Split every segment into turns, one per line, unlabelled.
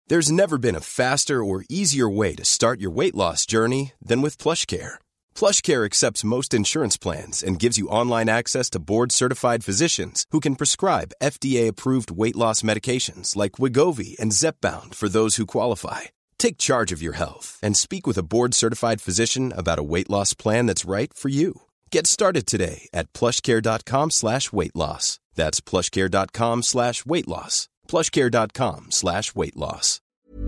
There's never been a faster or easier way to start your weight loss journey than with PlushCare. PlushCare accepts most insurance plans and gives you online access to board-certified physicians who can prescribe FDA-approved weight loss medications like Wegovy and Zepbound for those who qualify. Take charge of your health and speak with a board-certified physician about a weight loss plan that's right for you. Get started today at plushcare.com/weight-loss. That's plushcare.com/weight-loss. plushcare.com/weight-loss.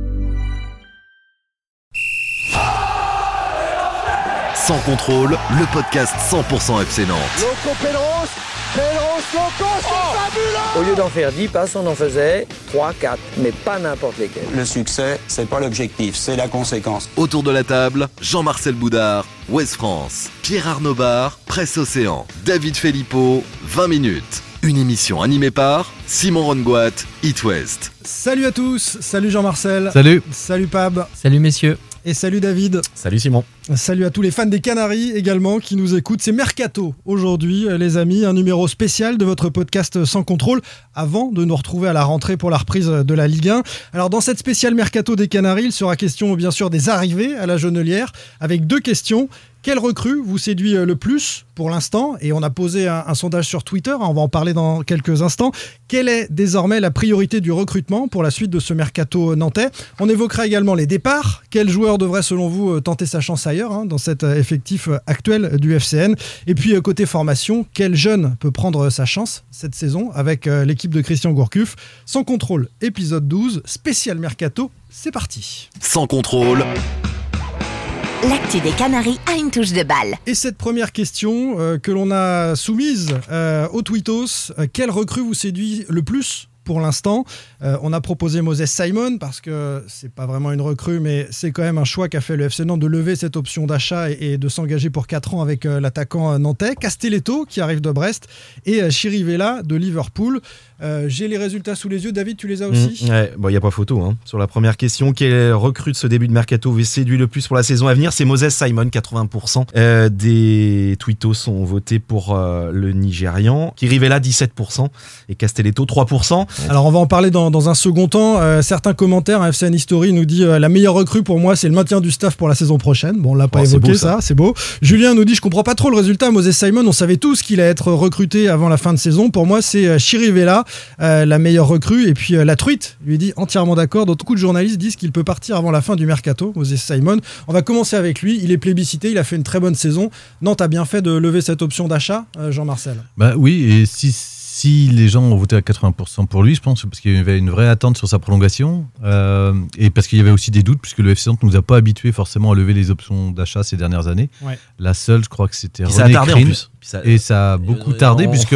Sans contrôle, le podcast 100% FC Nantes.
Loco Pedros, Loco, c'est fabuleux!
Au lieu d'en faire 10 passes, on en faisait 3, 4, mais pas n'importe lesquels.
Le succès, c'est pas l'objectif, c'est la conséquence.
Autour de la table, Jean-Marcel Boudard, Ouest France, Pierre-Arnaud Barre, Presse Océan, David Filippo, 20 minutes. Une émission animée par Simon Rongoat, It West.
Salut à tous, salut Jean-Marcel.
Salut.
Salut Pab.
Salut messieurs.
Et salut David.
Salut Simon.
Salut à tous les fans des Canaries également qui nous écoutent. C'est Mercato aujourd'hui les amis, un numéro spécial de votre podcast Sans Contrôle avant de nous retrouver à la rentrée pour la reprise de la Ligue 1. Alors dans cette spéciale Mercato des Canaries, il sera question bien sûr des arrivées à la Jonelière avec 2 questions. Quelle recrue vous séduit le plus pour l'instant ? Et on a posé un sondage sur Twitter, on va en parler dans quelques instants. Quelle est désormais la priorité du recrutement pour la suite de ce mercato nantais ? On évoquera également les départs. Quel joueur devrait selon vous tenter sa chance ailleurs dans cet effectif actuel du FCN ? Et puis côté formation, quel jeune peut prendre sa chance cette saison avec l'équipe de Christian Gourcuff ? Sans contrôle, épisode 12, spécial mercato, c'est parti.
Sans contrôle.
L'actu des Canaries a une touche de balle.
Et cette première question que l'on a soumise au Twittos, quelle recrue vous séduit le plus pour l'instant ? On a proposé Moses Simon parce que c'est pas vraiment une recrue, mais c'est quand même un choix qu'a fait le FC Nantes de lever cette option d'achat et de s'engager pour 4 ans avec l'attaquant nantais. Castelletto qui arrive de Brest et Chirivella de Liverpool. J'ai les résultats sous les yeux. David, tu les as aussi ?
Ouais, bon, y a pas photo sur la première question. Quelle recrue de ce début de mercato vous séduit le plus pour la saison à venir ? C'est Moses Simon, 80% des tweetos ont voté pour le Nigérian. Chirivella, 17% et Castelletto, 3%.
Alors on va en parler dans un second temps. Certains commentaires, FCN History nous dit la meilleure recrue pour moi c'est le maintien du staff pour la saison prochaine. Bon, on l'a pas évoqué, ça, c'est beau. Julien nous dit je comprends pas trop le résultat. Moses Simon, on savait tous qu'il allait être recruté avant la fin de saison. Pour moi c'est Chirivella la meilleure recrue. Et puis la truite lui dit entièrement d'accord. Donc beaucoup de journalistes disent qu'il peut partir avant la fin du mercato, Moses Simon. On va commencer avec lui. Il est plébiscité, il a fait une très bonne saison. Nantes a bien fait de lever cette option d'achat, Jean-Marcel.
Bah oui, et si les gens ont voté à 80% pour lui, je pense, parce qu'il y avait une vraie attente sur sa prolongation, et parce qu'il y avait aussi des doutes, puisque le FC Nantes ne nous a pas habitués forcément à lever les options d'achat ces dernières années. Ouais. La seule, je crois que c'était René
ça a tardé
Crine,
en plus.
Et ça a beaucoup tardé, puisque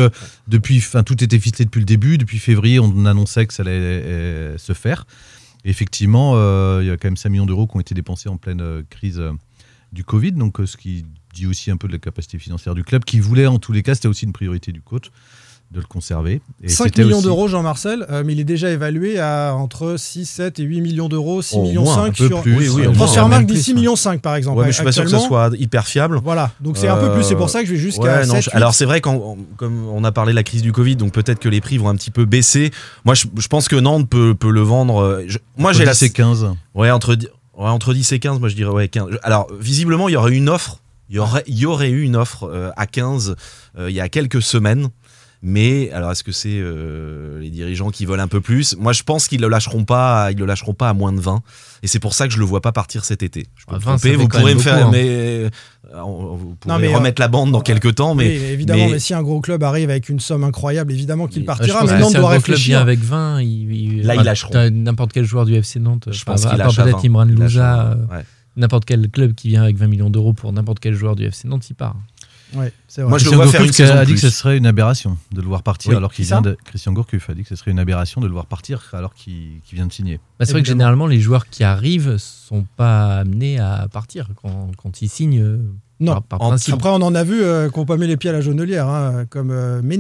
tout était ficelé depuis le début. Depuis février, on annonçait que ça allait se faire. Et effectivement, il y a quand même 5 millions d'euros qui ont été dépensés en pleine crise du Covid, donc ce qui dit aussi un peu de la capacité financière du club, qui voulait en tous les cas, c'était aussi une priorité du coach, de le conserver. Et
5 millions d'euros, Jean-Marcel, mais il est déjà évalué à entre 6, 7 et 8 millions d'euros, 6 millions 5 sur Transfermarkt dit 6 millions 5 par exemple.
Ouais, mais je suis pas sûr que ce soit hyper fiable.
Voilà, donc c'est un peu plus, c'est pour ça que je vais jusqu'à 7, 8.
Alors c'est vrai, comme on a parlé de la crise du Covid, donc peut-être que les prix vont un petit peu baisser. Moi je pense que Nantes peut le vendre. Moi j'ai
10 et 15.
Ouais, entre 10 et 15, moi je dirais 15. Alors visiblement il y aurait une offre. Il y aurait eu une offre à 15 il y a quelques semaines. Mais alors, est-ce que c'est les dirigeants qui veulent un peu plus ? Moi, je pense qu'ils le lâcheront pas à moins de 20. Et c'est pour ça que je le vois pas partir cet été. Je peux me tromper, vous pourrez me faire, mais vous pourrez remettre la bande dans quelques temps. Mais
oui, évidemment, mais si un gros club arrive avec une somme incroyable, évidemment qu'il partira.
Mais
Nantes doit
réfléchir. Si un gros club vient avec 20,
là ils lâcheront.
N'importe quel joueur du FC Nantes.
Je pense qu'il lâche
peut-être Imran Louza. N'importe quel club qui vient avec 20 millions d'euros pour n'importe quel joueur du FC Nantes, il part.
Ouais, c'est vrai.
Moi, je le vois faire une saison a dit que ce serait une aberration de le voir partir alors qu'il vient de. Christian Gourcuff a dit que ce serait une aberration de le voir partir alors qu'il vient de signer.
C'est vrai que généralement, les joueurs qui arrivent sont pas amenés à partir quand ils signent.
Non, par principe. Après on en a vu qui n'ont pas mis les pieds à la Jonelière, comme Ménic.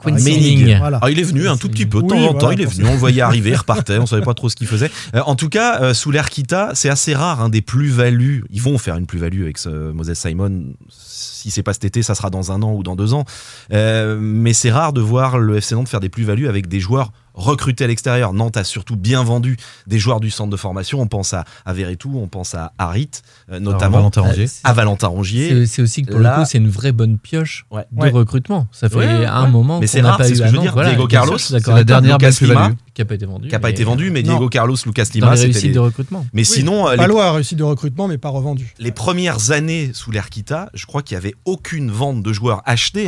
Quincy.
Voilà.
Il est venu un tout petit peu de temps
Oui,
en temps,
voilà,
il est venu, on le voyait arriver, il repartait, on savait pas trop ce qu'il faisait. En tout cas, sous l'ère Kita, c'est assez rare des plus-values. Ils vont faire une plus-value avec Moses Simon. Si c'est pas cet été, ça sera dans 1 an ou dans 2 ans. Mais c'est rare de voir le FC Nantes faire des plus-values avec des joueurs recrutés à l'extérieur. Nantes a surtout bien vendu des joueurs du centre de formation. On pense à Verretou, on pense à Harit, notamment à Valentin Rongier.
C'est aussi que pour le coup, c'est une vraie bonne pioche de recrutement. Ça fait un moment qu'on n'a pas eu
à Nantes. Diego Carlos,
c'est la dernière belle plus-value.
Qui n'a pas été vendu.
Qui n'a pas été vendu, mais Diego Carlos, Lucas
Lima,
Lima,
c'était réussite de recrutement.
Mais sinon,
Palois a réussi de recrutement, mais pas revendu.
Les premières années sous l'ère Kita, je crois qu'il n'y avait aucune vente de joueurs achetés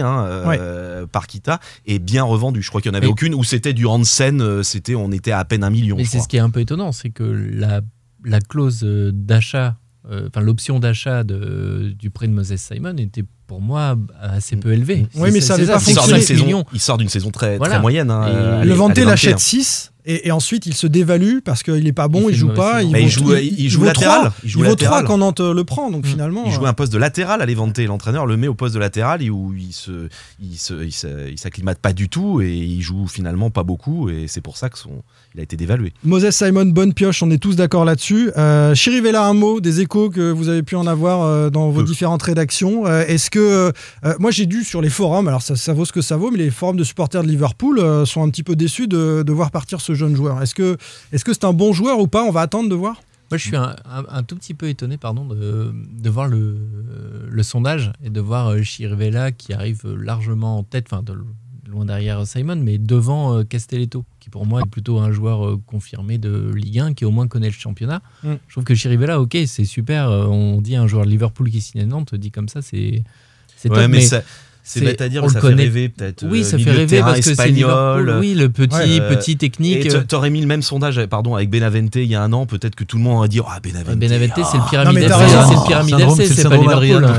par Kita et bien revendus. Je crois qu'il n'y en avait aucune où c'était du Hansen, on était à peine 1 million.
Mais c'est ce qui est un peu étonnant, c'est que la clause d'achat, l'option d'achat du prêt de Moses Simon était pour moi assez peu élevée.
Oui, mais ça n'avait pas fonctionné.
Il sort d'une saison très moyenne.
Le Vanté l'achète 6 et ensuite il se dévalue parce qu'il n'est pas bon, il joue pas.
Il joue latéral.
Il vaut 3 quand Nantes le prend, donc finalement.
Il joue un poste de latéral à Levante. L'entraîneur le met au poste de latéral où il s'acclimate pas du tout et il joue finalement pas beaucoup et c'est pour ça qu'il a été dévalué.
Moses Simon, bonne pioche, on est tous d'accord là-dessus. Chirivella, un mot des échos que vous avez pu en avoir dans vos différentes rédactions. Est-ce que moi j'ai dû sur les forums, alors ça vaut ce que ça vaut, mais les forums de supporters de Liverpool sont un petit peu déçus de voir partir ce jeune joueur. Est-ce que c'est un bon joueur ou pas? On va attendre de voir.
Moi, je suis un tout petit peu étonné de voir le sondage et de voir Chirivella qui arrive largement en tête, loin derrière Simon, mais devant Castelletto, qui pour moi est plutôt un joueur confirmé de Ligue 1, qui au moins connaît le championnat. Je trouve que Chirivella, ok, c'est super. On dit un joueur de Liverpool qui signe à Nantes, dit comme ça, c'est top.
Mais c'est bête à dire, mais ça fait rêver peut-être.
Oui, ça fait rêver parce que c'est Liverpool. Oui, le petit technique.
Et t'aurais mis le même sondage, avec Benavente il y a 1 an, peut-être que tout le monde aurait dit
Benavente, c'est le Pyramide FC, c'est le Pyramide FC, c'est pas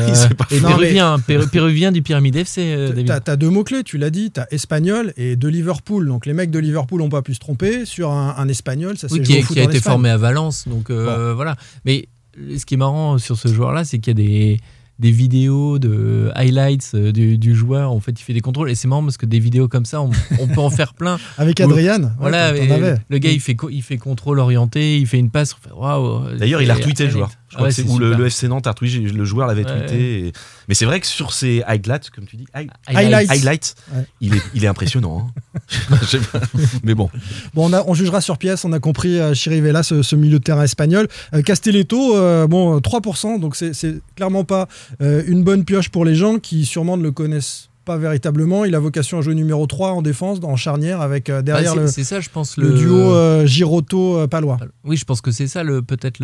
Liverpool. Et péruvien du Pyramide FC.
T'as 2 mots-clés, tu l'as dit, t'as espagnol et de Liverpool. Donc les mecs de Liverpool n'ont pas pu se tromper sur un espagnol. Ça,
qui a été formé à Valence. Donc voilà. Mais ce qui est marrant sur ce joueur-là, c'est qu'il y a des vidéos de highlights du joueur, en fait il fait des contrôles et c'est marrant parce que des vidéos comme ça on peut en faire plein.
Avec Adrian,
voilà, le gars il fait contrôle orienté, il fait une passe, waouh.
D'ailleurs il a retweeté le joueur. Je crois que c'est où le FC Nantes a retweeté, le joueur l'avait tweeté. Mais c'est vrai que sur ces highlights, comme tu dis, highlights, il est impressionnant. Mais bon,
on jugera sur pièce. On a compris Chirivella, ce milieu de terrain espagnol. Castelletto, 3%, donc c'est clairement pas une bonne pioche pour les gens qui sûrement ne le connaissent pas véritablement. Il a vocation à jouer numéro 3 en défense, en charnière, avec derrière
c'est ça, je pense,
le duo Girotto-Palois.
Oui, je pense que c'est ça peut-être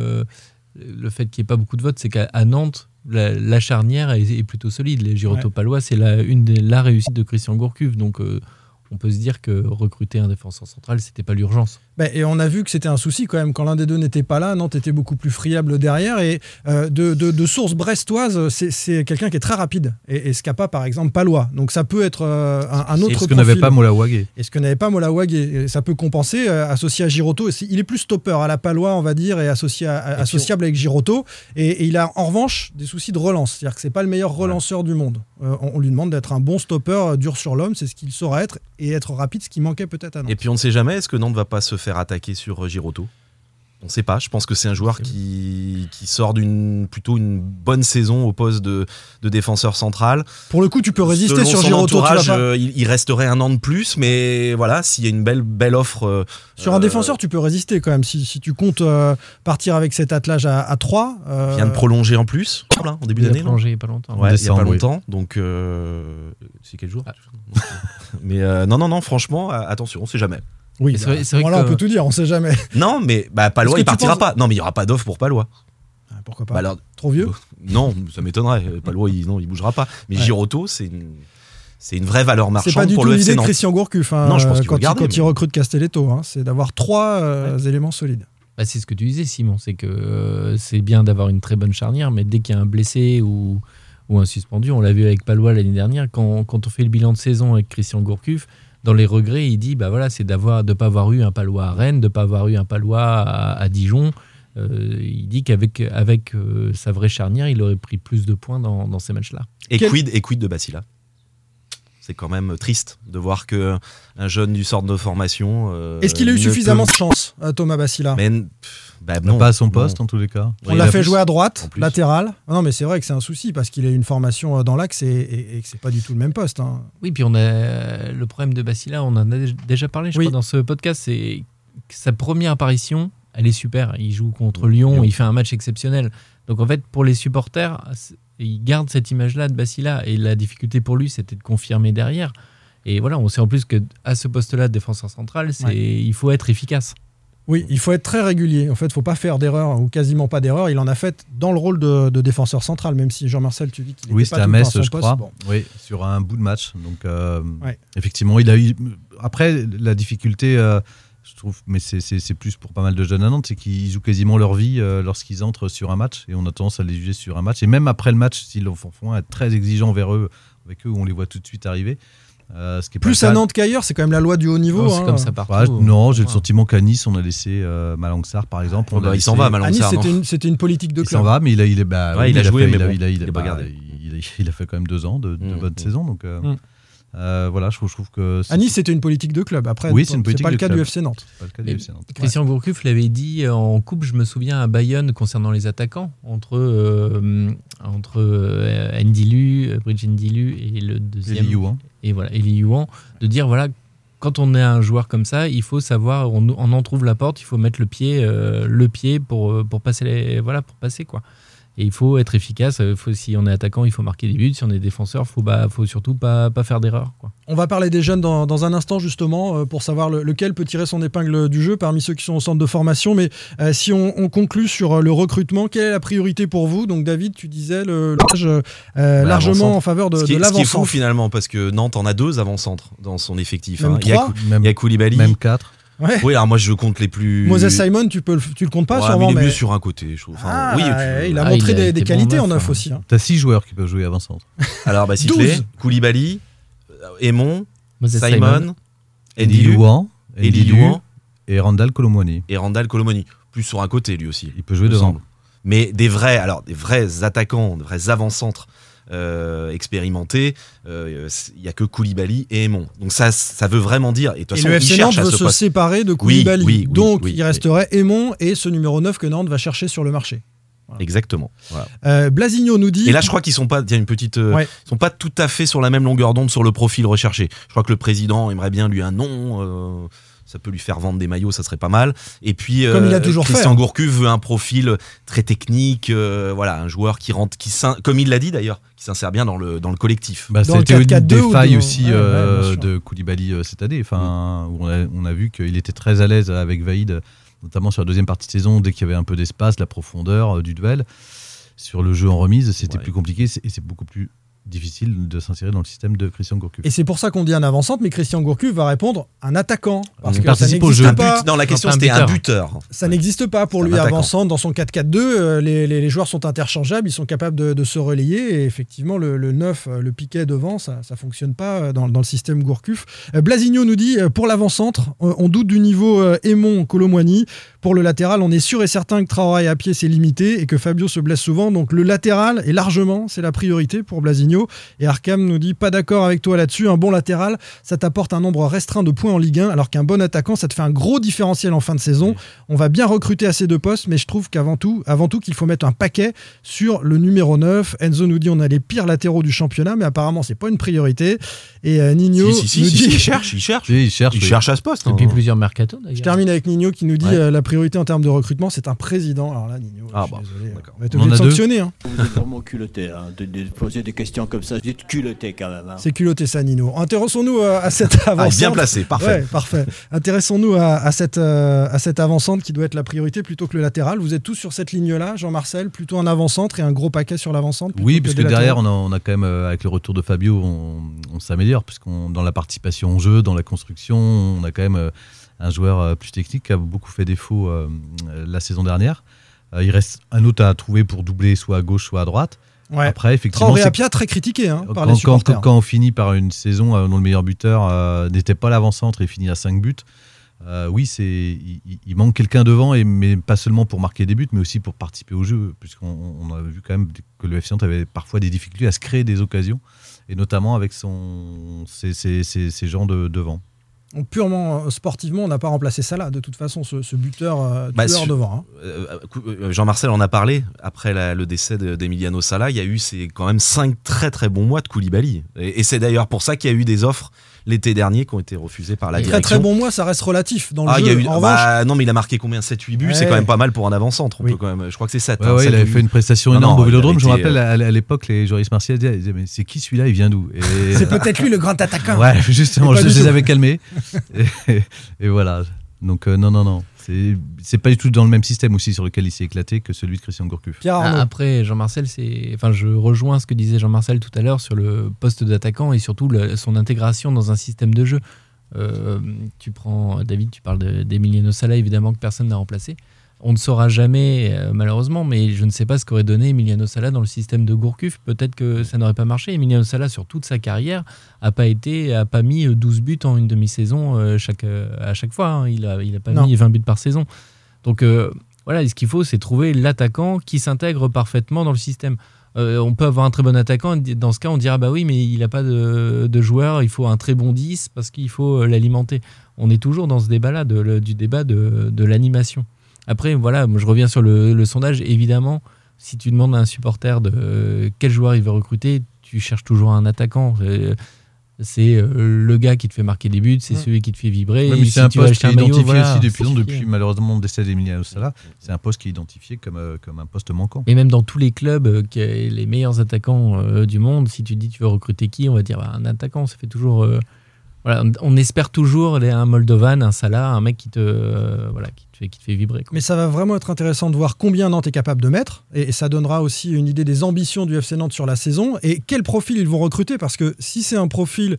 le fait qu'il n'y ait pas beaucoup de votes, c'est qu'à Nantes, la charnière est plutôt solide. Les Girotto-Palois, c'est la réussite de Christian Gourcuff. Donc on peut se dire que recruter un défenseur central, c'était pas l'urgence.
Et on a vu que c'était un souci quand même. Quand l'un des deux n'était pas là, Nantes était beaucoup plus friable derrière. Et de source brestoise, c'est quelqu'un qui est très rapide. Et Scapa, par exemple, Palois. Donc ça peut être un autre profil.
Est-ce que n'avait pas Mola-Wagé.
Est-ce que n'avait pas Mola-Wagé. Ça peut compenser, associé à Girotto. Il est plus stopper à la Palois, on va dire, et associable avec Girotto. Et il a en revanche des soucis de relance. C'est-à-dire que c'est pas le meilleur relanceur du monde. On lui demande d'être un bon stopper dur sur l'homme. C'est ce qu'il saura être. Et être rapide, ce qui manquait peut-être à Nantes.
Et puis on ne sait jamais, est-ce que Nantes va pas se faire attaquer sur Girotto? On ne sait pas. Je pense que c'est un joueur qui sort plutôt une bonne saison au poste de défenseur central.
Pour le coup, tu peux résister
selon
sur
son
Girotto.
Entourage, il resterait 1 an de plus, mais voilà, s'il y a une belle offre.
Sur un défenseur, tu peux résister quand même. Si tu comptes partir avec cet attelage à 3.
Il vient de prolonger en plus, en début d'année.
Il a prolongé il n'y a pas longtemps.
Ouais, il n'y a pas longtemps. Donc, c'est quel jour Mais non, franchement, attention, on ne sait jamais.
Oui, c'est vrai que... on peut tout dire, on sait jamais.
Non, mais Palois, il partira pas. Non, mais il n'y aura pas d'offre pour Palois.
Pourquoi pas Trop vieux
Non, ça m'étonnerait. Palois, il bougera pas. Mais Girotto, c'est une vraie valeur marchande pour le FC Nantes.
C'est pas du tout l'idée de Christian Gourcuff
non, je pense
quand il recrute Castelletto. C'est d'avoir 3 éléments solides.
C'est ce que tu disais, Simon. C'est que c'est bien d'avoir une très bonne charnière, mais dès qu'il y a un blessé ou un suspendu, on l'a vu avec Palois l'année dernière, quand on fait le bilan de saison avec Christian Gourcuff, dans les regrets, il dit c'est de ne pas avoir eu un Palois à Rennes, de ne pas avoir eu un Palois à Dijon. Il dit qu'avec sa vraie charnière, il aurait pris plus de points dans ces matchs-là.
Et quid de Bacilla? C'est quand même triste de voir qu'un jeune du centre de formation.
Est-ce qu'il a eu suffisamment de chance, Thomas Bassila ?
Non, pas à son poste en tous les cas.
On l'a fait jouer à droite, latéral. Non, mais c'est vrai que c'est un souci parce qu'il a une formation dans l'axe et que c'est pas du tout le même poste. Hein.
Oui, puis on a le problème de Bassila, on en a déjà parlé, je crois, dans ce podcast, c'est que sa première apparition, elle est super. Il joue contre Lyon, il fait un match exceptionnel. Donc en fait, pour les supporters, il garde cette image-là de Bassila et la difficulté pour lui, c'était de confirmer derrière. Et voilà, on sait en plus qu'à ce poste-là de défenseur central, il faut être efficace.
Oui, il faut être très régulier. En fait, il ne faut pas faire d'erreur ou quasiment pas d'erreur. Il en a fait dans le rôle de défenseur central, même si Jean-Marcel, tu dis qu'il n'était pas tout le temps à son poste. Oui, c'était à Metz, je crois.
Oui, sur un bout de match. Donc, effectivement, il a eu... Après, la difficulté, je trouve, mais c'est plus pour pas mal de jeunes à Nantes, c'est qu'ils jouent quasiment leur vie lorsqu'ils entrent sur un match. Et on a tendance à les juger sur un match. Et même après le match, s'ils font être très exigeants avec eux, où on les voit tout de suite arriver. Ce qui est
plus à Nantes qu'ailleurs, c'est quand même la loi du haut niveau.
Non, c'est comme ça partout.
Non, j'ai le sentiment qu'à Nice, on a laissé Malang Sarr, par exemple.
Il s'en va, Malang Sarr.
À Nice, c'était une politique de club.
Il s'en va, mais il a joué, mais il a fait quand même 2 ans de bonne saison. Donc voilà, je trouve que...
À Nice, c'était une politique de club. Après,
oui, c'est
pas le cas du FC Nantes.
Christian Gourcuff l'avait dit en coupe, je me souviens, à Bayonne, concernant les attaquants, entre Ndilu, Bridge Ndilu et le deuxième... Elie Youan, de dire, voilà, quand on est un joueur comme ça, il faut savoir, on en trouve la porte, il faut mettre le pied pour passer pour passer, quoi. Et il faut être efficace. Si on est attaquant, il faut marquer des buts. Si on est défenseur, faut surtout pas faire d'erreur, quoi.
On va parler des jeunes dans un instant, justement, pour savoir lequel peut tirer son épingle du jeu parmi ceux qui sont au centre de formation. Mais si on conclut sur le recrutement, quelle est la priorité pour vous ? Donc David, tu disais largement en faveur de l'avant-centre.
Ce qui est fou finalement, parce que Nantes en a 2 avant-centres dans son effectif.
Même 3.
Il y a Koulibaly.
Même 4.
Ouais.
Oui, alors moi je compte les plus.
Moses Simon, tu le comptes pas sûrement,
mais il est mieux sur un côté, je trouve.
Il a montré des qualités en neuf aussi. Hein.
T'as 6 joueurs qui peuvent jouer avant-centre.
Alors, Sifflet, Koulibaly, Aymon, Simon, Elie Youan
et Randall Colomwani.
Plus sur un côté lui aussi.
Il peut jouer devant.
Mais des vrais attaquants, des vrais avant-centres expérimentés, il n'y a que Koulibaly et Aymon. Donc ça veut vraiment dire. Et
le FC Nantes veut se séparer de Koulibaly. Donc il resterait Aymon et ce numéro 9 que Nantes va chercher sur le marché.
Voilà. Exactement. Voilà.
Blasigno nous dit.
Et là, je crois qu'ils sont pas. Il y a une petite. Ils sont pas tout à fait sur la même longueur d'onde sur le profil recherché. Je crois que le président aimerait bien lui un nom. Ça peut lui faire vendre des maillots, ça serait pas mal. Et puis,
comme il a toujours
Christian
fait.
Gourcuff veut un profil très technique. Un joueur qui rentre, comme il l'a dit d'ailleurs, qui s'insère bien dans le collectif.
C'était une des failles aussi de Koulibaly cette année. Enfin, où on a vu qu'il était très à l'aise avec Vaïd, notamment sur la deuxième partie de saison, dès qu'il y avait un peu d'espace, la profondeur du duel. Sur le jeu en remise, c'était plus compliqué et c'est beaucoup plus difficile de s'insérer dans le système de Christian Gourcuff.
Et c'est pour ça qu'on dit un avant-centre, mais Christian Gourcuff va répondre un attaquant. Parce que
ça n'existe
pas.
Non, la question c'était un buteur.
Ça n'existe pas pour lui avant-centre. Dans son 4-4-2, les joueurs sont interchangeables, ils sont capables de se relayer. Et effectivement, le 9, le piquet devant, ça ne fonctionne pas dans le système Gourcuff. Blasigno nous dit, pour l'avant-centre, on doute du niveau Aymon Colomwani. Pour le latéral, on est sûr et certain que Traoré à pied, c'est limité et que Fabio se blesse souvent. Donc le latéral, et largement, c'est la priorité pour Blasigno. Et Arkham nous dit, pas d'accord avec toi là-dessus, un bon latéral, ça t'apporte un nombre restreint de points en Ligue 1, alors qu'un bon attaquant, ça te fait un gros différentiel en fin de saison. On va bien recruter à ces 2 postes, mais je trouve avant tout qu'il faut mettre un paquet sur le numéro 9. Enzo nous dit, on a les pires latéraux du championnat, mais apparemment, c'est pas une priorité. Et Nino nous dit...
Il cherche à ce poste.
Depuis plusieurs mercatos, d'ailleurs.
Je termine avec Nino qui nous dit, la priorité en termes de recrutement, c'est un président. Alors là, Nino, je suis désolé. On va être obligé de sanctionner.
Vous êtes vraiment culotté, de poser des questions comme ça. Vous êtes culotté quand même.
C'est culotté ça, Nino. Intéressons-nous à cette avant-centre.
Bien placé, parfait.
Ouais, parfait. Intéressons-nous à cette avant-centre qui doit être la priorité plutôt que le latéral. Vous êtes tous sur cette ligne-là, Jean-Marcel, plutôt un avant-centre et un gros paquet sur l'avant-centre.
Oui, parce que derrière, on a quand même, avec le retour de Fabio, on s'améliore, puisqu'on dans la participation au jeu, dans la construction, on a quand même un joueur plus technique qui a beaucoup fait défaut la saison dernière. Il reste un autre à trouver pour doubler soit à gauche, soit à droite.
Ouais.
Après, effectivement,
Traoré Apia très critiqué par les supporters.
Quand on finit par une saison dont le meilleur buteur n'était pas l'avant-centre et finit à 5 buts, il manque quelqu'un devant, mais pas seulement pour marquer des buts, mais aussi pour participer au jeu, puisqu'on a vu quand même que le FC Nantes avait parfois des difficultés à se créer des occasions. et notamment avec ces gens devant.
Purement sportivement, on n'a pas remplacé Salah, de toute façon, ce buteur tueur devant.
Jean-Marcel en a parlé, après le décès d'Emiliano Sala, il y a eu quand même 5 très très bons mois de Koulibaly. Et c'est d'ailleurs pour ça qu'il y a eu des offres l'été dernier qui ont été refusées par la direction.
Très très bon mois, ça reste relatif dans le jeu.
Il y a eu,
en revanche,
non mais il a marqué combien, 7-8 buts, c'est quand même pas mal pour un avant-centre. On peut quand même, je crois que c'est 7.
Il avait fait une prestation énorme au Vélodrome. Je me rappelle à l'époque, les joueurs Martial disaient mais c'est qui celui-là, il vient d'où?
C'est peut-être lui le grand attaquant.
Ouais, justement, je les avais calmés. Et voilà. Donc non. C'est pas du tout dans le même système aussi sur lequel il s'est éclaté que celui de Christian Gourcuff.
Après, Jean-Marcel, je rejoins ce que disait Jean-Marcel tout à l'heure sur le poste d'attaquant et surtout son intégration dans un système de jeu. Tu prends David, tu parles d'Emiliano Sala, évidemment que personne n'a remplacé. On ne saura jamais, malheureusement, mais je ne sais pas ce qu'aurait donné Emiliano Sala dans le système de Gourcuff. Peut-être que ça n'aurait pas marché. Emiliano Sala, sur toute sa carrière, a pas mis 12 buts en une demi-saison à chaque fois. Hein. Il a pas mis 20 buts par saison. Donc voilà, ce qu'il faut, c'est trouver l'attaquant qui s'intègre parfaitement dans le système. On peut avoir un très bon attaquant, dans ce cas on dira bah oui mais il n'a pas de joueur, il faut un très bon 10 parce qu'il faut l'alimenter. On est toujours dans ce débat-là, du débat de l'animation. Après voilà, moi je reviens sur le sondage, évidemment si tu demandes à un supporter de quel joueur il veut recruter, tu cherches toujours un attaquant. C'est le gars qui te fait marquer des buts, c'est celui qui te fait vibrer.
Mais c'est un poste qui est identifié aussi depuis malheureusement le décès d'Emiliano Sala. C'est un poste qui est identifié comme un poste manquant.
Et même dans tous les clubs, les meilleurs attaquants du monde, si tu dis tu veux recruter qui, on va dire un attaquant. Ça fait toujours. Voilà, on espère toujours un Moldovan, un Salah, un mec qui te fait vibrer. Quoi.
Mais ça va vraiment être intéressant de voir combien Nantes est capable de mettre, et ça donnera aussi une idée des ambitions du FC Nantes sur la saison, et quel profil ils vont recruter, parce que si c'est un profil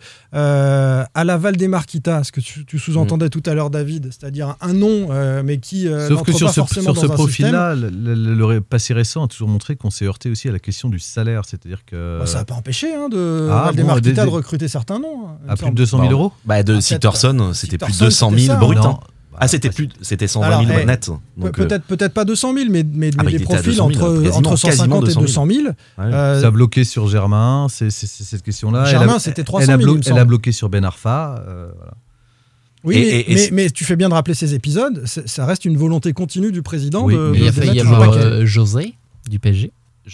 à la Valdemarquita, ce que tu sous-entendais tout à l'heure David, c'est-à-dire un nom, mais qui
sauf que sur ce profil-là,
système,
le passé récent a toujours montré qu'on s'est heurté aussi à la question du salaire, c'est-à-dire que...
ça n'a pas empêché Valdemarquita de recruter certains noms.
À plus de 200 000 euros
de Sitterson, c'était plus de 200 000 brut. C'était 120 000 net.
Peut-être pas 200 000, mais des profils entre 150 et 200 000.
Ça a bloqué sur Germain, c'est cette question-là.
Germain, c'était 300 000.
Elle a bloqué sur Ben Arfa. Voilà.
Oui, mais tu fais bien de rappeler ces épisodes. Ça reste une volonté continue du président.
Oui, mais il a failli y avoir José du PSG.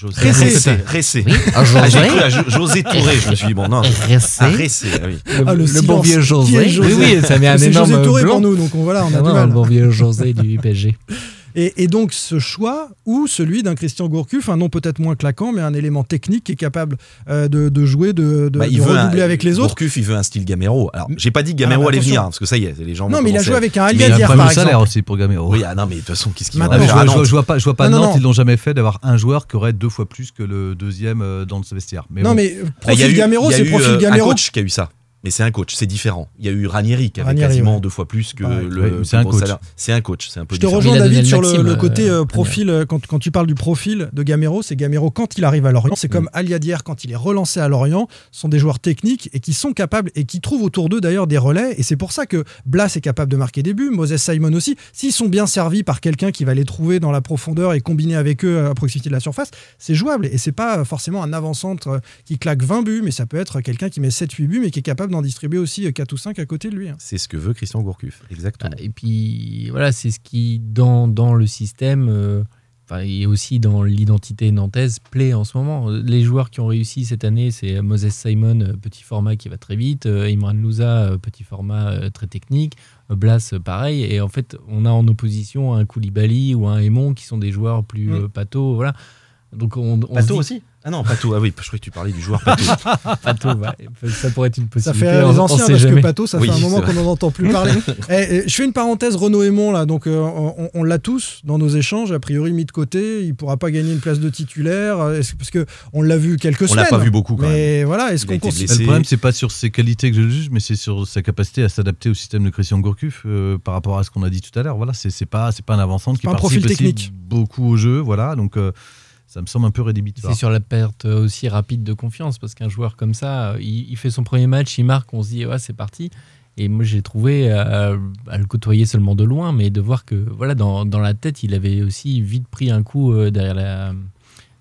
Ressé.
Oui,
j'ai cru à José Touré. Je me suis dit, bon, non.
Ressé.
Oui.
Le bon vieux José. Oui, ça met un énorme
José Touré
blanc.
pour nous, donc voilà, on a du mal.
Le bon vieux José du PSG.
Et donc ce choix, ou celui d'un Christian Gourcuff, un nom peut-être moins claquant, mais un élément technique qui est capable de jouer, de redoubler avec les autres.
Gourcuff, il veut un style Gamero. Alors, j'ai pas dit que Gamero allait venir, parce que ça y est, les gens.
Non, mais il a joué avec un Aliadier, par exemple.
Il y a un problème de salaire aussi pour Gamero.
Oui, non, mais de toute façon, qu'est-ce qu'il va
faire à Nantes ? Je vois pas Nantes, ils l'ont jamais fait d'avoir un joueur qui aurait 2 fois plus que le deuxième dans le vestiaire.
Non, mais profil Gamero, c'est profil Gamero.
Un coach qui a eu ça. Mais c'est un coach, c'est différent. Il y a eu Ranieri qui avait quasiment 2 fois plus que
c'est un coach.
C'est un coach, c'est un peu
différent. Je te rejoins David sur le côté profil, quand tu parles du profil de Gamero, c'est Gamero quand il arrive à Lorient, c'est comme Aliadier quand il est relancé à Lorient, ce sont des joueurs techniques et qui sont capables et qui trouvent autour d'eux d'ailleurs des relais, et c'est pour ça que Blas est capable de marquer des buts, Moses Simon aussi, s'ils sont bien servis par quelqu'un qui va les trouver dans la profondeur et combiner avec eux à proximité de la surface, c'est jouable, et c'est pas forcément un avant-centre qui claque 20 buts, mais ça peut être quelqu'un qui met 7-8 buts mais qui est capable d'en distribuer aussi 4 ou 5 à côté de lui.
C'est ce que veut Christian Gourcuff, exactement.
Et puis voilà, c'est ce qui dans le système et aussi dans l'identité nantaise plaît en ce moment. Les joueurs qui ont réussi cette année, c'est Moses Simon, petit format qui va très vite, Imran Louza, petit format très technique, Blas pareil, et en fait on a en opposition un Koulibaly ou un Aimon qui sont des joueurs plus Pato, voilà. Donc
Pato aussi. Ah non, Pato, oui, je croyais que tu parlais du joueur Pato.
Pato, ça pourrait être une possibilité.
Ça fait les anciens, parce que Pato, ça fait un moment qu'on n'en entend plus parler. Je fais une parenthèse, Renaud Aimon, là, donc on l'a tous dans nos échanges, a priori mis de côté, il ne pourra pas gagner une place de titulaire, parce qu'on l'a vu quelques semaines.
On l'a pas vu beaucoup quand
mais
même.
Voilà, est-ce qu'on considère...
Le problème, c'est pas sur ses qualités que je le juge, mais c'est sur sa capacité à s'adapter au système de Christian Gourcuff par rapport à ce qu'on a dit tout à l'heure. Voilà, c'est pas un avant-centre qui participe aussi beaucoup au jeu, voilà, donc... ça me semble un peu rédhibitoire.
C'est sur la perte aussi rapide de confiance, parce qu'un joueur comme ça, il fait son premier match, il marque, on se dit c'est parti. Et moi j'ai trouvé à le côtoyer seulement de loin, mais de voir que voilà, dans la tête, il avait aussi vite pris un coup derrière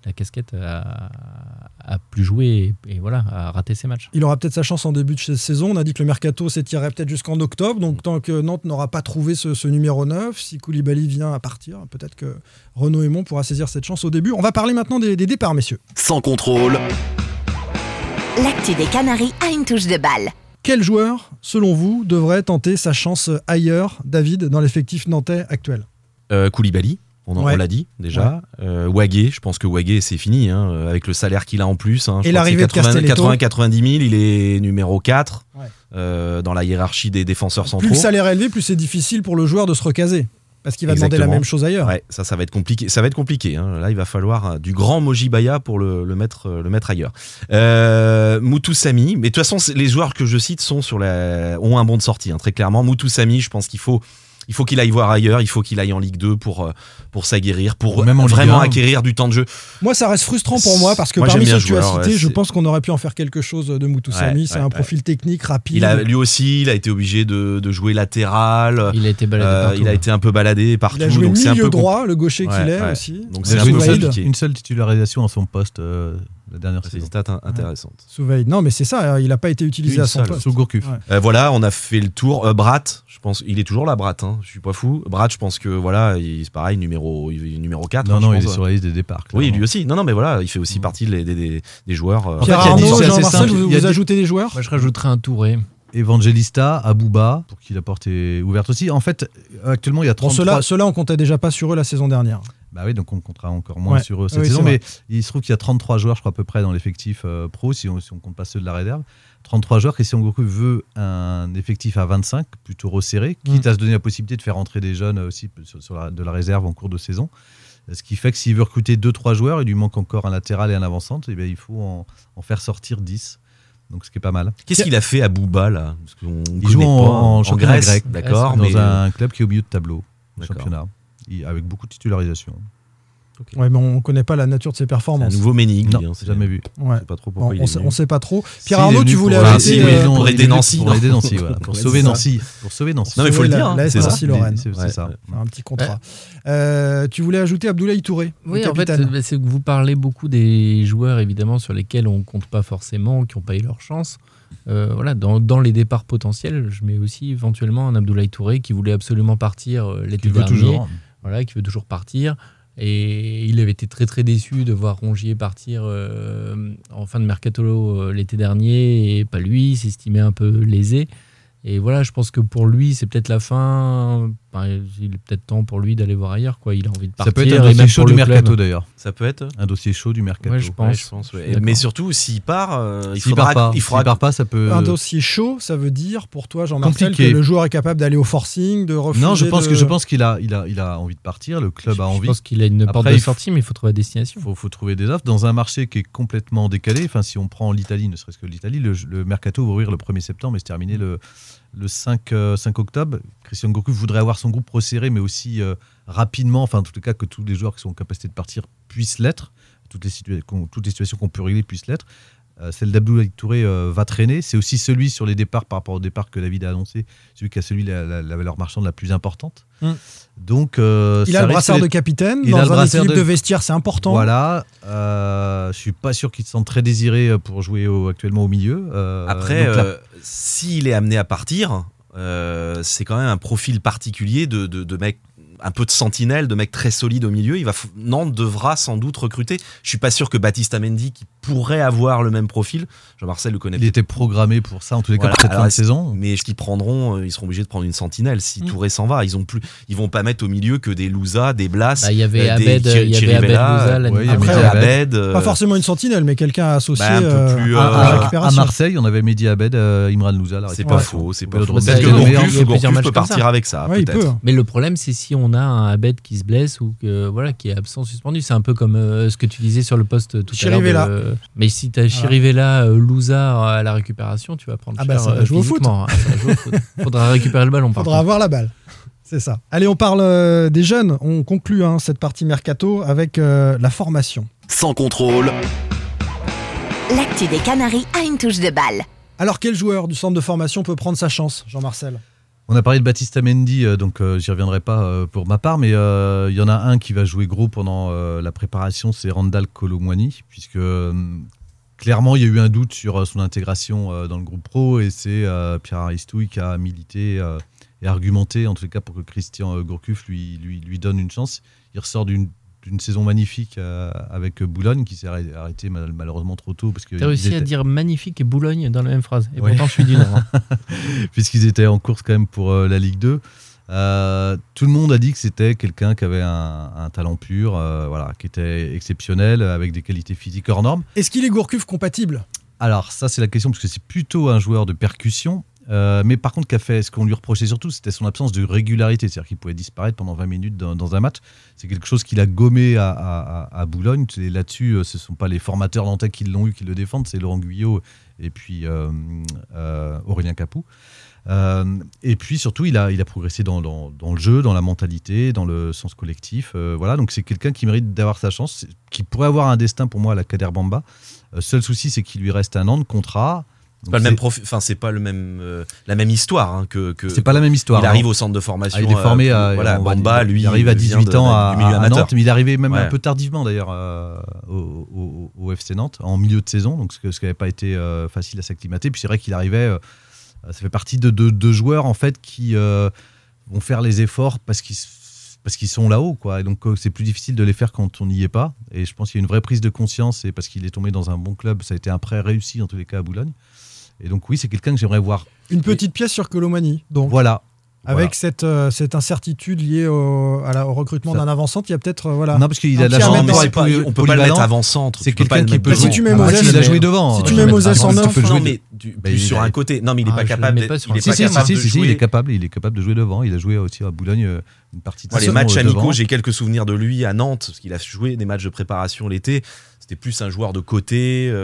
la casquette à plus jouer et voilà, à rater ses matchs.
Il aura peut-être sa chance en début de saison. On a dit que le mercato s'étirerait peut-être jusqu'en octobre. Donc, tant que Nantes n'aura pas trouvé ce numéro 9, si Koulibaly vient à partir, peut-être que Renaud Aymon pourra saisir cette chance au début. On va parler maintenant des départs, messieurs.
Sans contrôle.
L'actu des Canaries a une touche de balle.
Quel joueur, selon vous, devrait tenter sa chance ailleurs, David, dans l'effectif nantais actuel ?
Koulibaly. On l'a dit déjà. Wagué, je pense que Wagué c'est fini avec le salaire qu'il a en plus.
Et l'arrivée de Castelletto.
80-90 000, il est numéro 4 dans la hiérarchie des défenseurs centraux.
Plus le salaire est élevé, plus c'est difficile pour le joueur de se recaser. Parce qu'il va demander la même chose ailleurs.
Ouais, ça va être compliqué. Ça va être compliqué. Là, il va falloir du grand Mojibaya pour le mettre ailleurs. Moutoussamy. Mais de toute façon, les joueurs que je cite ont un bon de sortie. Très clairement, Moutoussamy, je pense qu'il faut qu'il aille voir ailleurs, il faut qu'il aille en Ligue 2 pour s'aguerrir, pour même vraiment acquérir du temps de jeu.
Moi, ça reste frustrant pour moi parce que parmi ceux que tu as cités, je pense qu'on aurait pu en faire quelque chose de Moutoussamy. C'est un profil technique, rapide.
Lui aussi, il a été obligé de jouer latéral.
Il a été baladé partout.
Il a été un peu baladé partout.
Il a joué
donc
milieu droit, le gaucher qu'il est aussi.
Donc c'est un peu compliqué.
Une seule titularisation à son poste la dernière saison.
C'est une stat intéressante.
Souveille. Non, mais c'est ça, il n'a pas été utilisé à son poste.
Sous Gourcuff.
Voilà, on a fait le tour. Brat, je pense, il est toujours là, Brat. Je suis pas fou. Brat, je pense que voilà, c'est pareil, numéro 4.
Non, il est sur la liste des départs.
Oui, lui aussi. Non, mais voilà, il fait aussi partie des joueurs.
Pierre Arnaud, Jean-Marcel, vous ajoutez des joueurs ?
Moi, je rajouterais un Touré.
Evangelista, Abouba, pour qui la porte est ouverte aussi. En fait, actuellement, il y a 33...
Ceux-là, on comptait déjà pas sur eux la saison dernière.
Bah oui, donc on comptera encore moins sur eux cette saison. Mais il se trouve qu'il y a 33 joueurs, je crois, à peu près dans l'effectif pro, si on compte pas ceux de la réserve. 33 joueurs. Christian Gourcuff veut un effectif à 25, plutôt resserré, quitte à se donner la possibilité de faire entrer des jeunes aussi de la réserve en cours de saison. Ce qui fait que s'il veut recruter 2-3 joueurs, il lui manque encore un latéral et un avant-centre, et bien il faut en faire sortir 10. Donc ce qui est pas mal.
Qu'est-ce qu'il a fait à Bouba là ?
Il joue en Grèce, grec,
d'accord,
dans un club qui est au milieu de tableau, championnat, avec beaucoup de titularisation.
Okay. Ouais, mais on ne connaît pas la nature de ses performances.
C'est un nouveau Ménig.
Non, c'est jamais vu.
Ouais.
On sait pas trop pourquoi
on ne sait pas trop. Pierre Arnaud, tu voulais
ajouter pour aider Nancy.
Pour aider Nancy, voilà. Pour sauver Nancy.
Non, mais il faut le dire.
C'est Nancy-Lorraine.
C'est ça.
Un petit contrat. Tu voulais ajouter Abdoulaye Touré.
Oui, en fait, c'est que vous parlez beaucoup des joueurs, évidemment, sur lesquels on ne compte pas forcément, qui n'ont pas eu leur chance. Voilà, dans les départs potentiels, je mets aussi éventuellement un Abdoulaye Touré qui voulait absolument partir l'été dernier. Voilà, qui veut toujours partir. Et il avait été très très déçu de voir Rongier partir en fin de mercato l'été dernier et pas lui, il s'estimait un peu lésé. Et voilà, je pense que pour lui, c'est peut-être la fin. Il est peut-être temps pour lui d'aller voir ailleurs, quoi. Il a envie de partir.
Ça peut être un dossier chaud du mercato d'ailleurs.
Ça peut être
un dossier chaud du mercato.
Ouais, je pense.
Mais surtout, s'il part,
s'il part pas, ça peut.
Un dossier chaud, ça veut dire pour toi, Jean-Marcel, que le joueur est capable d'aller au forcing, de refuser.
Non, je pense qu'il a envie de partir. Le club a envie.
Je pense qu'il a une porte de sortie, mais il faut trouver la destination.
Il faut trouver des offres dans un marché qui est complètement décalé. Enfin, si on prend l'Italie, ne serait-ce que l'Italie, le mercato va ouvrir le 1er septembre et se terminer le 5 octobre. Christian Gourcuff voudrait avoir son groupe resserré, mais aussi rapidement, enfin en tout cas que tous les joueurs qui sont en capacité de partir puissent l'être, toutes les situations qu'on peut régler puissent l'être. Celle d'Abdoulaye Touré va traîner. C'est aussi celui sur les départs par rapport au départ que David a annoncé, celui qui a la valeur marchande la plus importante. Donc,
il a le brassard de capitaine. Dans un équilibre de vestiaire, c'est important.
Voilà. Je ne suis pas sûr qu'il se sente très désiré pour jouer actuellement au milieu.
Après, s'il est amené à partir, c'est quand même un profil particulier de mec, un peu de sentinelle, de mec très solide au milieu. Nantes devra sans doute recruter. Je suis pas sûr que Baptiste Amendi, qui pourrait avoir le même profil, Jean-Marcel le connaît.
Il était programmé pour ça, en tous les cas, pour cette fin de saison.
Mais ce qu'ils prendront, ils seront obligés de prendre une sentinelle. Si Touré s'en va, ils vont pas mettre au milieu que des Louza, des Blas.
Il y avait Abed,
Pas forcément une sentinelle, mais quelqu'un associé
à Marseille, on avait Mehdi Abed, Imran Louza.
C'est pas faux. Peut-être que Gourcuff peut partir avec ça.
Mais le problème, c'est si on a un Abed qui se blesse ou qui est absent, suspendu. C'est un peu comme ce que tu disais sur le poste tout à l'heure. Mais si tu as Chirivella, Louza à la récupération, tu vas prendre cher.
Ça va jouer au foot.
Faudra récupérer le ballon.
Faudra avoir la balle. C'est ça. Allez, on parle des jeunes. On conclut cette partie mercato avec la formation.
Sans contrôle.
L'actu des Canaries a une touche de balle.
Alors, quel joueur du centre de formation peut prendre sa chance, Jean-Marcel ?
On a parlé de Baptiste Mendy, donc j'y reviendrai pas pour ma part, mais il y en a un qui va jouer gros pendant la préparation, c'est Randal Kolo Muani, puisque clairement il y a eu un doute sur son intégration dans le groupe pro, et c'est Pierre Aristouille qui a milité et argumenté, en tous les cas, pour que Christian Gourcuff lui donne une chance. Il ressort d'une saison magnifique avec Boulogne, qui s'est arrêté malheureusement trop tôt.
Tu as réussi à dire magnifique et Boulogne dans la même phrase. Et pourtant, je suis du Nord.
Puisqu'ils étaient en course quand même pour la Ligue 2. Tout le monde a dit que c'était quelqu'un qui avait un talent pur, qui était exceptionnel, avec des qualités physiques hors normes.
Est-ce qu'il est Gourcuff compatible ?
Alors ça, c'est la question, parce que c'est plutôt un joueur de percussion. Mais par contre, ce qu'on lui reprochait surtout, c'était son absence de régularité. C'est-à-dire qu'il pouvait disparaître pendant 20 minutes dans un match. C'est quelque chose qu'il a gommé à Boulogne. Et là-dessus, ce ne sont pas les formateurs nantais qui l'ont eu, qui le défendent. C'est Laurent Guyot et puis Aurélien Capou. Et puis surtout, il a progressé dans le jeu, dans la mentalité, dans le sens collectif. Donc c'est quelqu'un qui mérite d'avoir sa chance, qui pourrait avoir un destin pour moi à la Kader Bamba. Seul souci, c'est qu'il lui reste 1 an de contrat.
C'est pas le même c'est pas le même la même histoire que
c'est pas la même histoire.
Il arrive au centre de formation.
Il est formé
Bamba, lui,
il arrive à 18 ans à Nantes, mais il est arrivé même un peu tardivement d'ailleurs au FC Nantes en milieu de saison, donc ce qui n'avait pas été facile à s'acclimater. Puis c'est vrai qu'il arrivait, ça fait partie de joueurs en fait qui vont faire les efforts parce qu'ils sont là-haut, quoi. Et donc c'est plus difficile de les faire quand on n'y est pas. Et je pense qu'il y a une vraie prise de conscience, et parce qu'il est tombé dans un bon club, ça a été un prêt réussi en tous les cas à Boulogne. Et donc oui, c'est quelqu'un que j'aimerais voir.
Une petite pièce sur Kolo Muani, donc.
Voilà.
Avec cette incertitude liée au recrutement d'un avant-centre, il y a peut-être
Non, parce qu'il a de la chance.
On peut pas le mettre avant-centre.
C'est quelqu'un qui peut
jouer. Si tu mets Moses,
il a joué devant.
Si tu mets Moses en 9,
tu peux jouer plus sur un côté. Non, mais il est pas capable.
Il est capable de jouer devant. Il a joué aussi à Boulogne une partie de
les matchs amicaux, j'ai quelques souvenirs de lui à Nantes, parce qu'il a joué des matchs de préparation l'été. C'était plus un joueur de côté.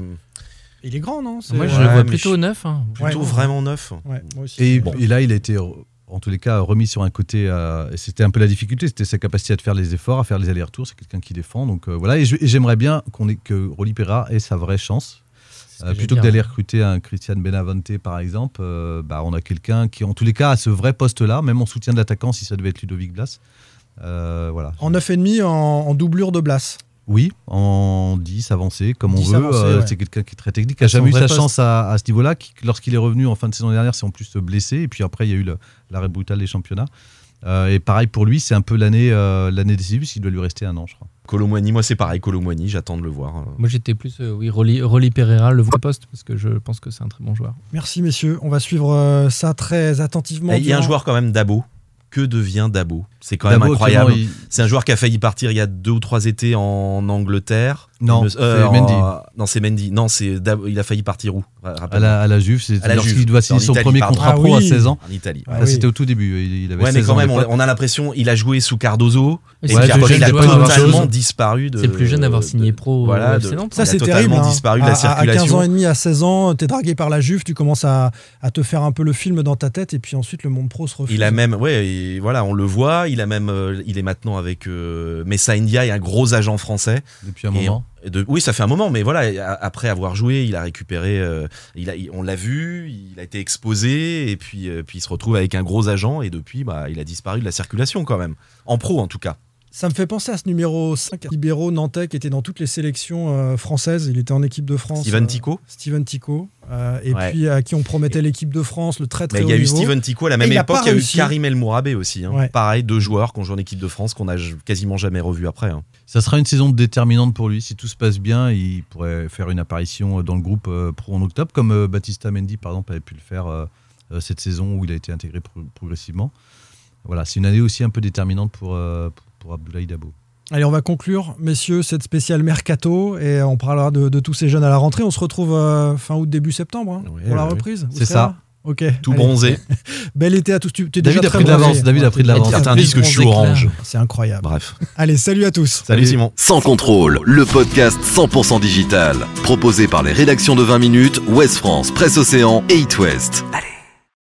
Il est grand, non ?
Moi, je le vois plutôt neuf.
Plutôt vraiment neuf.
Ouais, moi aussi.
Et là, il a été, en tous les cas, remis sur un côté. Et c'était un peu la difficulté, c'était sa capacité à faire les efforts, à faire les allers-retours. C'est quelqu'un qui défend. Donc voilà. Et j'aimerais bien que Rolly Perra ait sa vraie chance. Plutôt que d'aller recruter un Christian Benavente, par exemple, on a quelqu'un qui, en tous les cas, a ce vrai poste-là, même en soutien de l'attaquant, si ça devait être Ludovic Blas. Voilà.
En 9,5 en doublure de Blas.
Oui, en 10 avancé, comme on veut.
Avancé,
c'est quelqu'un qui est très technique, qui n'a jamais eu sa chance à ce niveau-là. Lorsqu'il est revenu en fin de saison dernière, c'est en plus blessé. Et puis après, il y a eu l'arrêt brutal des championnats. Et pareil pour lui, c'est un peu l'année décisive, puisqu'il doit lui rester 1 an, je crois.
Kolo Muani, moi c'est pareil, Kolo Muani, j'attends de le voir.
Moi j'étais plus, Rolly Pereira, le vrai poste, parce que je pense que c'est un très bon joueur.
Merci messieurs, on va suivre ça très attentivement.
Il y a un joueur quand même, Dabo. Que devient Dabo ? C'est quand même incroyable. C'est un joueur qui a failli partir il y a 2 ou 3 étés en Angleterre.
Non, c'est Mendy.
Non, c'est Mendy. Non, c'est Dabo. Il a failli partir où ?
À la Juve. C'est lorsqu'il doit signer son premier contrat pro à 16 ans.
En Italie.
C'était au tout début. Il avait 16
mais quand
ans
même, on a l'impression il a joué sous Cardozo. Et puis après, il a totalement disparu.
C'est le plus jeune d'avoir signé pro.
Voilà,
ça c'est terrible.
Il a disparu de la circulation.
À 15 ans et demi, à 16 ans, t'es dragué par la Juve, tu commences à te faire un peu le film dans ta tête, et puis ensuite le monde pro se refuse.
Il a même, voilà, on le voit. Il a même, il est maintenant avec Messa Ndiaye, un gros agent français.
Depuis un moment.
Oui, ça fait un moment, mais voilà, après avoir joué, il a récupéré, on l'a vu, il a été exposé, et puis il se retrouve avec un gros agent, et depuis, il a disparu de la circulation quand même, en pro en tout cas.
Ça me fait penser à ce numéro 5, libéraux nantais, qui était dans toutes les sélections françaises. Il était en équipe de France.
Steven Tico.
Puis à qui on promettait l'équipe de France, le très très haut niveau.
Il y a eu Steven Tico à la même époque, il y a eu Karim El Mourabé aussi. Pareil, 2 joueurs qui ont joué en équipe de France, qu'on n'a quasiment jamais revu après.
Ça sera une saison déterminante pour lui. Si tout se passe bien, il pourrait faire une apparition dans le groupe pro en octobre, comme Baptista Mendy, par exemple, avait pu le faire cette saison où il a été intégré progressivement. Voilà, c'est une année aussi un peu déterminante pour Abdoulaye Dabo.
Allez, on va conclure, messieurs, cette spéciale Mercato, et on parlera de tous ces jeunes à la rentrée. On se retrouve fin août, début septembre pour la reprise.
C'est ça.
Ok.
Tout bronzé.
Bel été à tous.
David a pris de l'avance.
Certains disent que je suis orange.
C'est incroyable.
Bref.
Allez, salut à tous.
Salut Simon.
Sans contrôle, le podcast 100% digital. Proposé par les rédactions de 20 minutes, Ouest France, Presse Océan et It West. Allez.